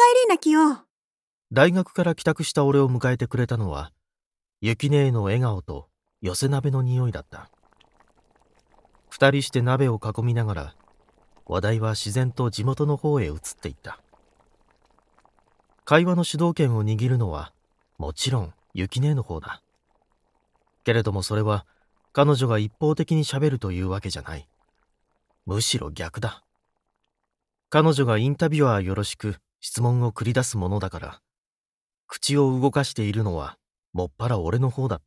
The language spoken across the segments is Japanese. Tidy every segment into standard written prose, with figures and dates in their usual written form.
りなきよ。 大学から帰宅した俺を迎えてくれたのは、雪姉への笑顔と寄せ鍋の匂いだった。二人して鍋を囲みながら、話題は自然と地元の方へ移っていった。会話の主導権を握るのは、もちろん雪姉の方だ。けれどもそれは、彼女が一方的に喋るというわけじゃない。むしろ逆だ。彼女がインタビュアーよろしく質問を繰り出すものだから、口を動かしているのはもっぱら俺の方だった。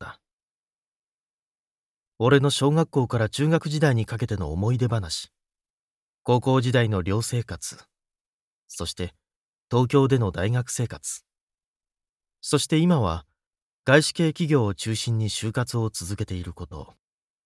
俺の小学校から中学時代にかけての思い出話、高校時代の寮生活、そして東京での大学生活、そして今は外資系企業を中心に就活を続けていること。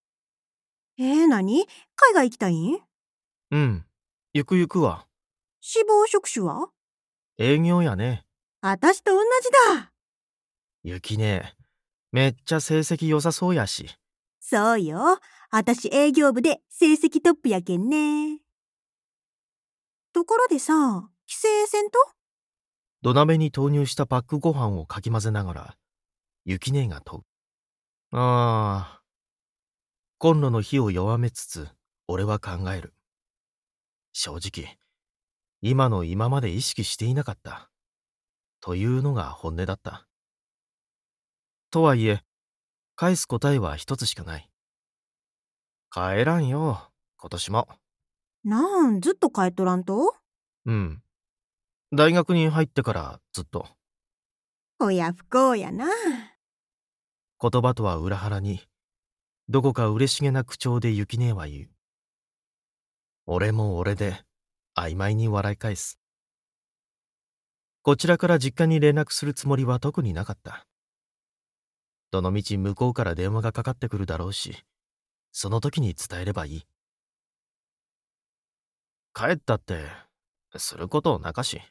何？海外行きたいん？ うん、ゆくゆくは。 志望職種は？ 営業やね。 私と同じだ。 雪ね、めっちゃ成績良さそうやし。 そうよ。私営業部で成績トップやけんね。ところでさ、帰省せんと？ 土鍋に投入したパックご飯をかき混ぜながら、雪姉が問う。コンロの火を弱めつつ、俺は考える。正直、今の今まで意識していなかった。というのが本音だった。とはいえ、返す答えは一つしかない。帰らんよ、今年も。 ずっと帰っとらんと？ うん。大学に入ってからずっと。 親不孝やな。 言葉とは裏腹に、どこか嬉しげな口調で雪姉は言う。俺も俺で、曖昧に笑い返す。こちらから実家に連絡するつもりは特になかった。どのみち向こうから電話がかかってくるだろうし、その時に伝えればいい。帰ったって、することなかし。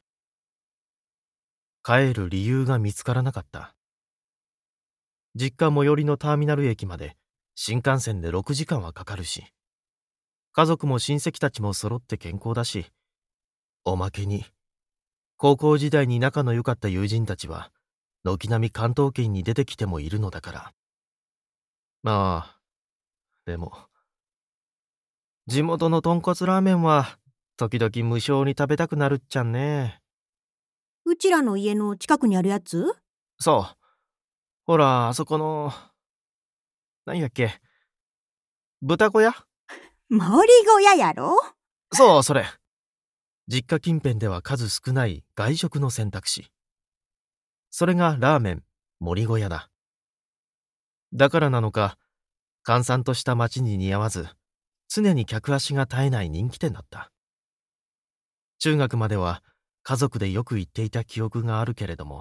帰る理由が見つからなかった。実家最寄りのターミナル駅まで新幹線で6時間はかかるし、家族も親戚たちも揃って健康だし、おまけに、高校時代に仲の良かった友人たちは、軒並み関東圏に出てきてもいるのだから。まあ、でも、地元の豚骨ラーメンは、時々無性に食べたくなるっちゃんね。 うちらの家の近くにあるやつ？ そう。ほら、あそこの、何だっけ、豚小屋？ 森小屋やろ？ そう、それ。実家近辺では数少ない外食の選択肢。それがラーメン、森小屋だ。だからなのか、閑散とした街に似合わず、常に客足が絶えない人気店だった。中学までは家族でよく行っていた記憶があるけれども。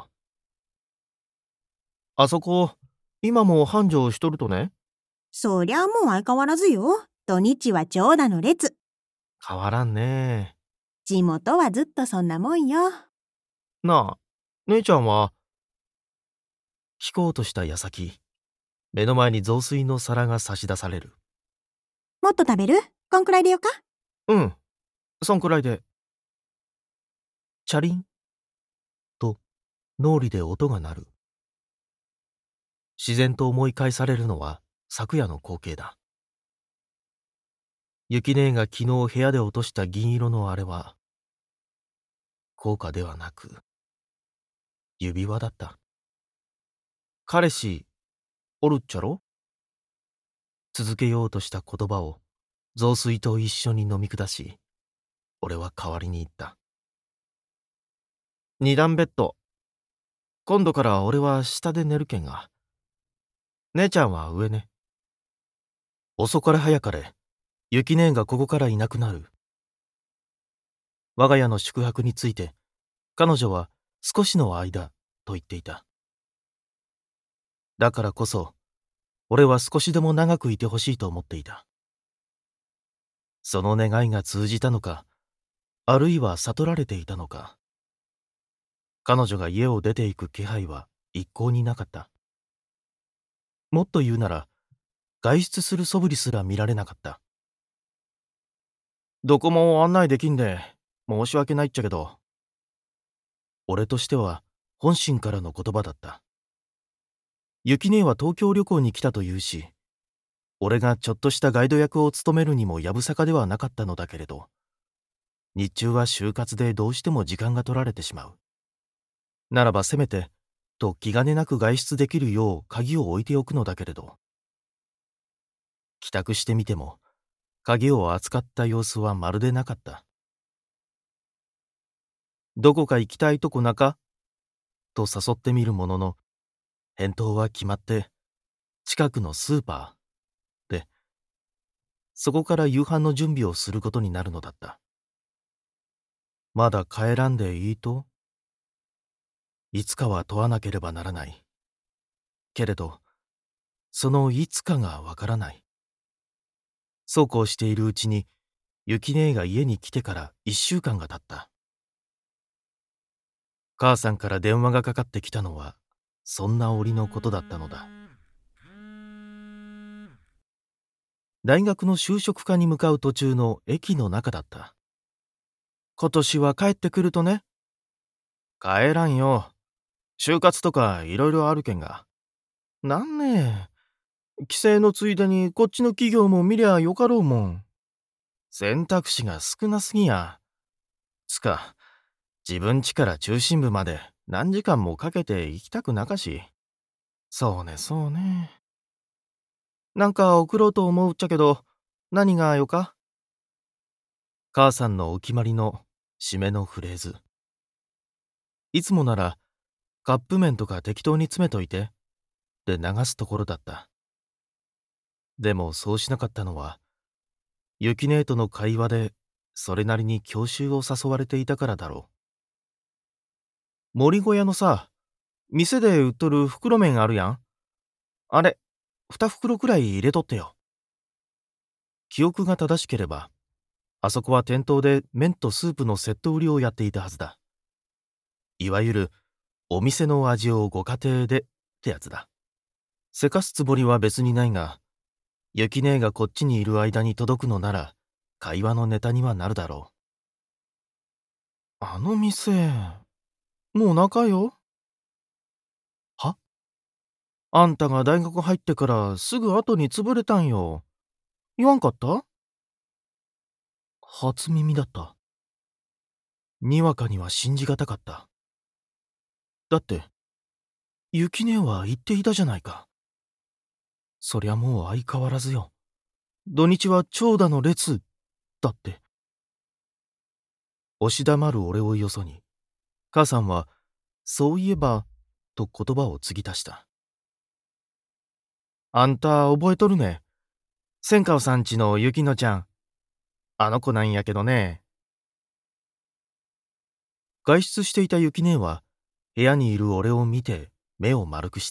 あそこ、今も繁盛しとるとね。 そりゃもう相変わらずよ。土日は長蛇の列。 変わらんね。 地元はずっとそんなもんよ。 なあ、姉ちゃんは。聞こうとした矢先、目の前に雑炊の皿が差し出される。 もっと食べる？こんくらいでよか？ うん、そんくらいで。チャリンと脳裏で音が鳴る。自然と思い返されるのは昨夜の光景だ。雪姉が昨日部屋で落とした銀色のあれは、硬貨ではなく、指輪だった。彼氏、おるっちゃろ？続けようとした言葉を雑炊と一緒に飲み下し、俺は代わりに言った。二段ベッド。今度から俺は下で寝るけんが。姉ちゃんは上ね。遅かれ早かれ、雪姉がここからいなくなる。我が家の宿泊について、彼女は少しの間と言っていた。だからこそ、俺は少しでも長くいてほしいと思っていた。その願いが通じたのか、あるいは悟られていたのか。彼女が家を出ていく気配は一向になかった。もっと言うなら、外出する素振りすら見られなかった。どこも案内できんで、申し訳ないっちゃけど。 俺としては本心からの言葉だった。ゆき姉は東京旅行に来たというし、俺がちょっとしたガイド役を務めるにもやぶさかではなかったのだけれど、日中は就活でどうしても時間が取られてしまう。ならばせめて、と気兼ねなく外出できるよう鍵を置いておくのだけれど、帰宅してみても、鍵を扱った様子はまるでなかった。どこか行きたいとこなかと誘ってみるものの、返答は決まって、近くのスーパーで、そこから夕飯の準備をすることになるのだった。まだ帰らんでいいと？いつかは問わなければならない。けれど、そのいつかがわからない。そうこうしているうちに、ゆき姉が家に来てから1週間が経った。母さんから電話がかかってきたのは、そんな折のことだったのだ。大学の就職課に向かう途中の駅の中だった。今年は帰ってくるとね。帰らんよ。就活とかいろいろあるけんが。なんねえ。帰省のついでにこっちの企業も見りゃよかろうもん。選択肢が少なすぎや。つか、自分家から中心部まで何時間もかけて行きたくなかし。そうね、そうね。なんか送ろうと思うっちゃけど、何がよか？母さんのお決まりの締めのフレーズ。いつもなら、カップ麺とか適当に詰めといて、で流すところだった。でもそうしなかったのは、ゆき姉との会話で、それなりに郷愁を誘われていたからだろう。森小屋のさ、店で売っとる袋麺あるやん。あれ、2袋くらい入れとってよ。記憶が正しければ、あそこは店頭で麺とスープのセット売りをやっていたはずだ。いわゆる、お店の味をご家庭でってやつだ。せかすつもりは別にないが、ゆき姉がこっちにいる間に届くのなら、会話のネタにはなるだろう。あの店、もう中よ。は？あんたが大学入ってからすぐ後に潰れたんよ。言わんかった？初耳だった。にわかには信じがたかった。だって、ゆき姉は言っていたじゃないか。そりゃもう相変わらずよ。土日は長蛇の列、だって。押し黙る俺をよそに、母さんは、そういえば、と言葉を継ぎ足した。あんた覚えとるね。千川さんちのゆきのちゃん。あの子なんやけどね。外出していたゆき姉は、部屋にいる俺を見て、目を丸くした。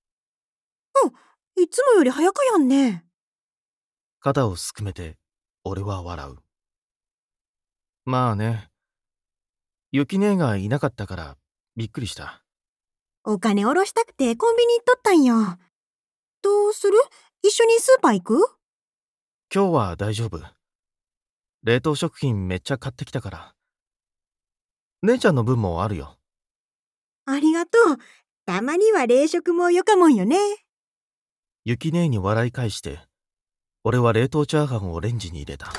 いつもより早かやんね。 肩をすくめて、俺は笑う。まあね。ゆき姉がいなかったから、びっくりした。 お金下ろしたくてコンビニ行っとったんよ。どうする？一緒にスーパー行く？ 今日は大丈夫。冷凍食品めっちゃ買ってきたから。姉ちゃんの分もあるよ。 ありがとう。たまには冷食もよかもんよね。 ゆき姉に笑い返して、俺は冷凍チャーハンをレンジに入れた。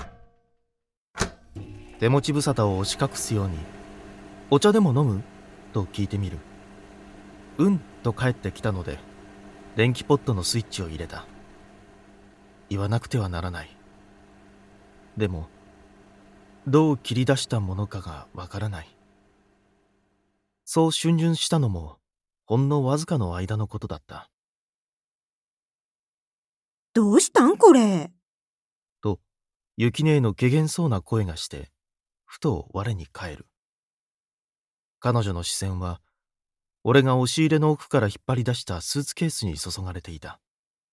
手持ち無沙汰を押し隠すように、お茶でも飲むと聞いてみる。うんと帰ってきたので、電気ポットのスイッチを入れた。言わなくてはならない。でも、どう切り出したものかがわからない。そう逡巡したのも、ほんのわずかの間のことだった。 どうしたんこれ？ と、ゆき姉の怪げそうな声がして、ふと我に返る。彼女の視線は、俺が押し入れの奥から引っ張り出したスーツケースに注がれていた。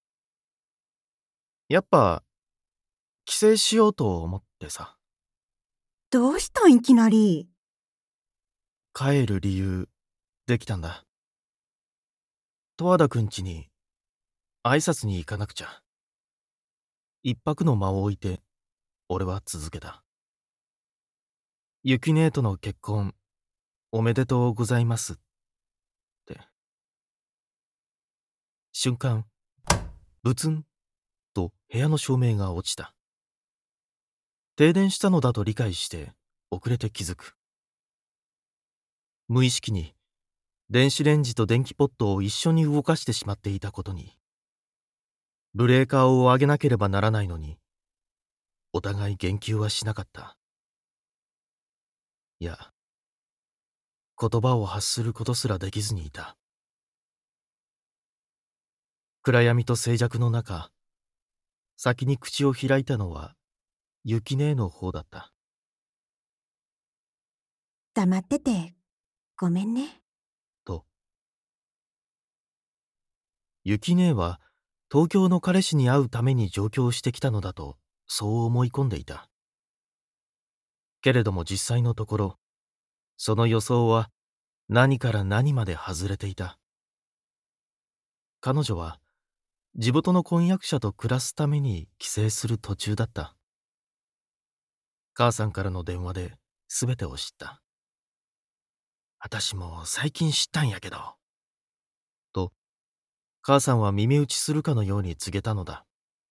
やっぱ、帰省しようと思ってさ。 どうしたんいきなり。 帰る理由、できたんだ。十和田くん家に、挨拶に行かなくちゃ。一泊の間を置いて、俺は続けた。ゆき姉との結婚、 おめでとうございますって。瞬間、ブツンと部屋の照明が落ちた。停電したのだと理解して遅れて気づく。無意識に電子レンジと電気ポットを一緒に動かしてしまっていたことに、ブレーカーを上げなければならないのに、お互い言及はしなかった。いや、言葉を発することすらできずにいた。暗闇と静寂の中、先に口を開いたのは雪姉の方だった。 黙ってて、ごめんね。 と。雪姉は東京の彼氏に会うために上京してきたのだと、そう思い込んでいた。けれども実際のところ、その予想は何から何まで外れていた。彼女は地元の婚約者と暮らすために帰省する途中だった。母さんからの電話で全てを知った。私も最近知ったんやけど。と、母さんは耳打ちするかのように告げたのだ。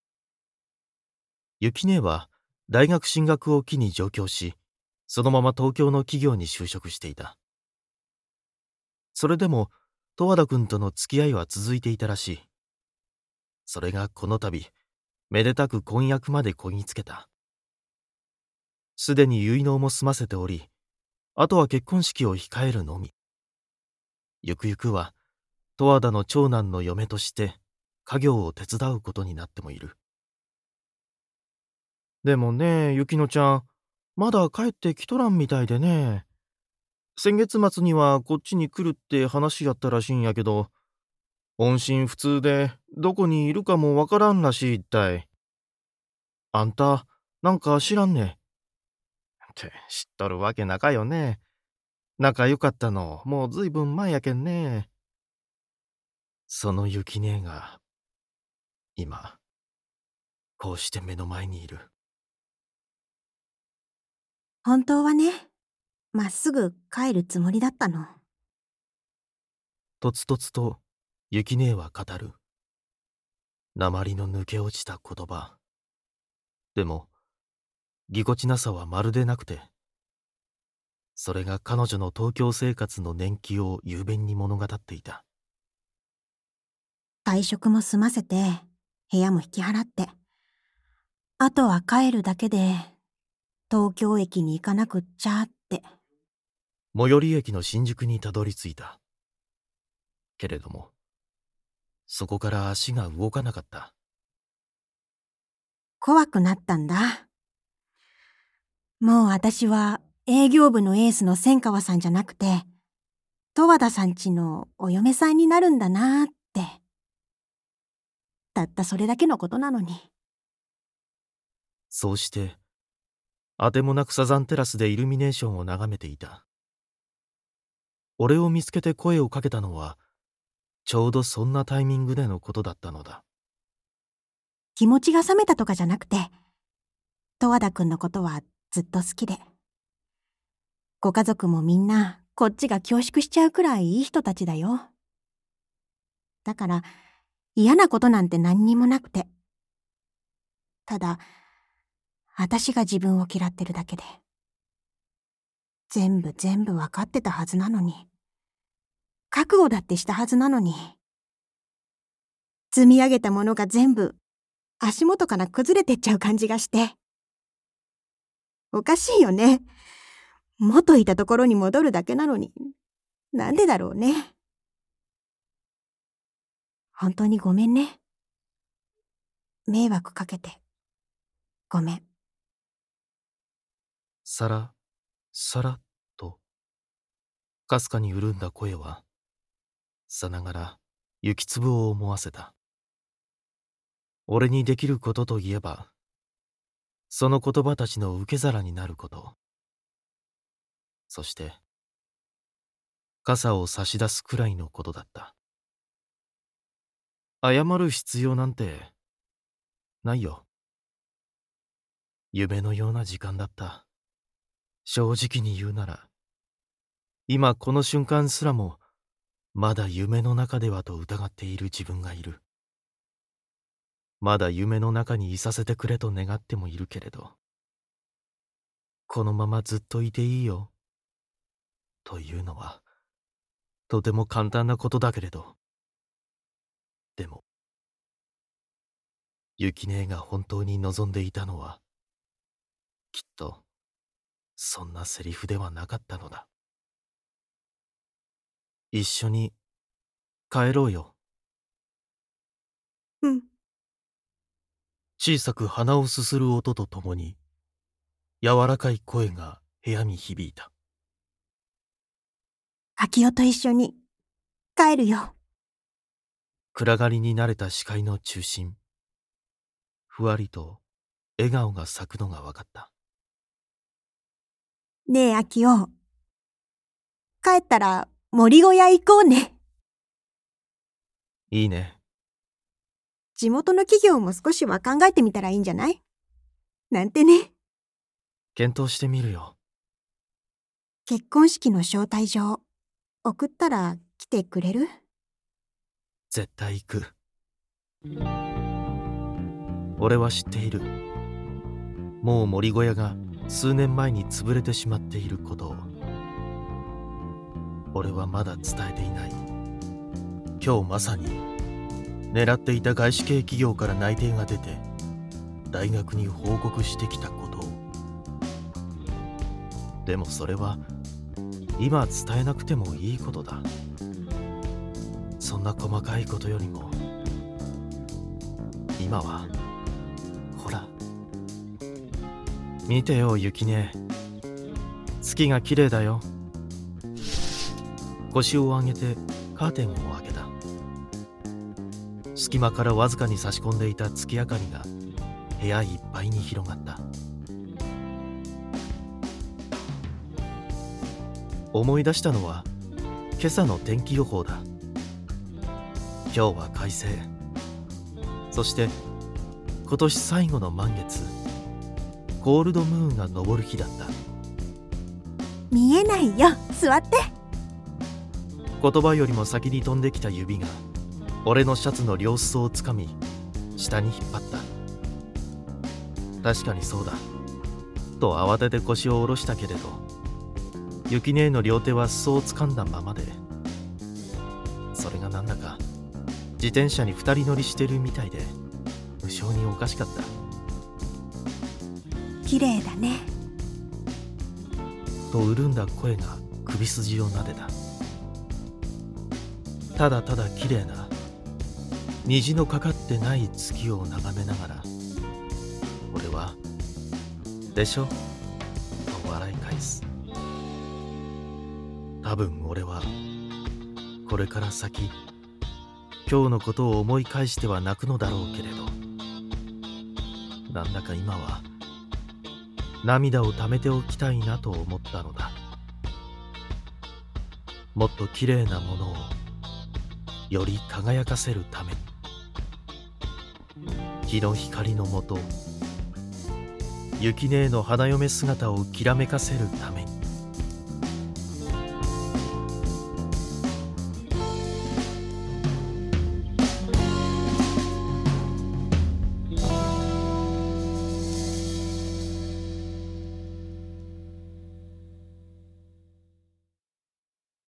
雪姉は大学進学を機に上京し、そのまま東京の企業に就職していた。それでも十和田君との付き合いは続いていたらしい。それがこの度、めでたく婚約までこぎつけた。すでに結納も済ませており、あとは結婚式を控えるのみ。ゆくゆくは十和田の長男の嫁として家業を手伝うことになってもいる。でもね、雪乃ちゃん、まだ帰ってきとらんみたいでね。先月末にはこっちに来るって話やったらしいんやけど、音信不通でどこにいるかもわからんらしいったい。あんた、なんか知らんね。って知っとるわけなかよね。仲良かったの、もうずいぶん前やけんね。その雪姉が、今、こうして目の前にいる。 本当はね、まっすぐ帰るつもりだったの。 とつとつと雪姉は語る。鉛の抜け落ちた言葉。でも、ぎこちなさはまるでなくて、それが彼女の東京生活の年季を雄弁に物語っていた。 退職も済ませて、部屋も引き払って。あとは帰るだけで、東京駅に行かなくっちゃって。 最寄り駅の新宿にたどり着いた。けれども、そこから足が動かなかった。 怖くなったんだ。もう私は営業部のエースの千川さんじゃなくて、十和田さんちのお嫁さんになるんだなーって。たったそれだけのことなのに。 そうして、あてもなくサザンテラスでイルミネーションを眺めていた。俺を見つけて声をかけたのは、ちょうどそんなタイミングでのことだったのだ。 気持ちが冷めたとかじゃなくて、十和田くんのことはずっと好きで。ご家族もみんなこっちが恐縮しちゃうくらいいい人たちだよ。だから嫌なことなんて何にもなくて。ただ、私が自分を嫌ってるだけで。全部わかってたはずなのに。覚悟だってしたはずなのに。積み上げたものが全部足元から崩れてっちゃう感じがして。おかしいよね。元いたところに戻るだけなのに。なんでだろうね。本当にごめんね。迷惑かけて。ごめん。 さら、さらっと、かすかに潤んだ声は、さながら雪粒を思わせた。俺にできることといえば、その言葉たちの受け皿になること。そして、傘を差し出すくらいのことだった。謝る必要なんて、ないよ。夢のような時間だった。正直に言うなら、 今この瞬間すらもまだ夢の中ではと疑っている自分がいる。まだ夢の中にいさせてくれと願ってもいるけれど、このままずっといていいよというのはとても簡単なことだけれど、でもゆきねえが本当に望んでいたのはきっとそんなセリフではなかったのだ。一緒に帰ろうよ。 うん。 小さく鼻をすする音とともに柔らかい声が部屋に響いた。 秋代と一緒に帰るよ。 暗がりに慣れた視界の中心、ふわりと笑顔が咲くのがわかった。 ねえ秋代、帰ったら森小屋行こうね。 いいね。 地元の企業も少しは考えてみたらいいんじゃない？なんてね。 検討してみるよ。 結婚式の招待状送ったら来てくれる？ 絶対行く。俺は知っている。もう森小屋が数年前に潰れてしまっていることを。俺はまだ伝えていない。今日まさに狙っていた外資系企業から内定が出て大学に報告してきたことを。でもそれは今伝えなくてもいいことだ。そんな細かいことよりも今はほら見てよ雪音、月が綺麗だよ。腰を上げてカーテンを開けた。隙間からわずかに差し込んでいた月明かりが部屋いっぱいに広がった。思い出したのは今朝の天気予報だ。今日は快晴、そして今年最後の満月ゴールドムーンが昇る日だった。 見えないよ、座って。 言葉よりも先に飛んできた指が俺のシャツの両裾をつかみ下に引っ張った。確かにそうだと慌てて腰を下ろしたけれど、雪姉の両手は裾をつかんだままで、それがなんだか自転車に二人乗りしてるみたいで無性におかしかった。 綺麗だねと潤んだ声が首筋を撫でた。ただただ綺麗な虹のかかってない月を眺めながら俺は「でしょ?」と笑い返す。多分俺はこれから先今日のことを思い返しては泣くのだろうけれど、なんだか今は涙をためておきたいなと思ったのだ。もっと綺麗なものをより輝かせるために、日の光のもと雪姉の花嫁姿をきらめかせるために。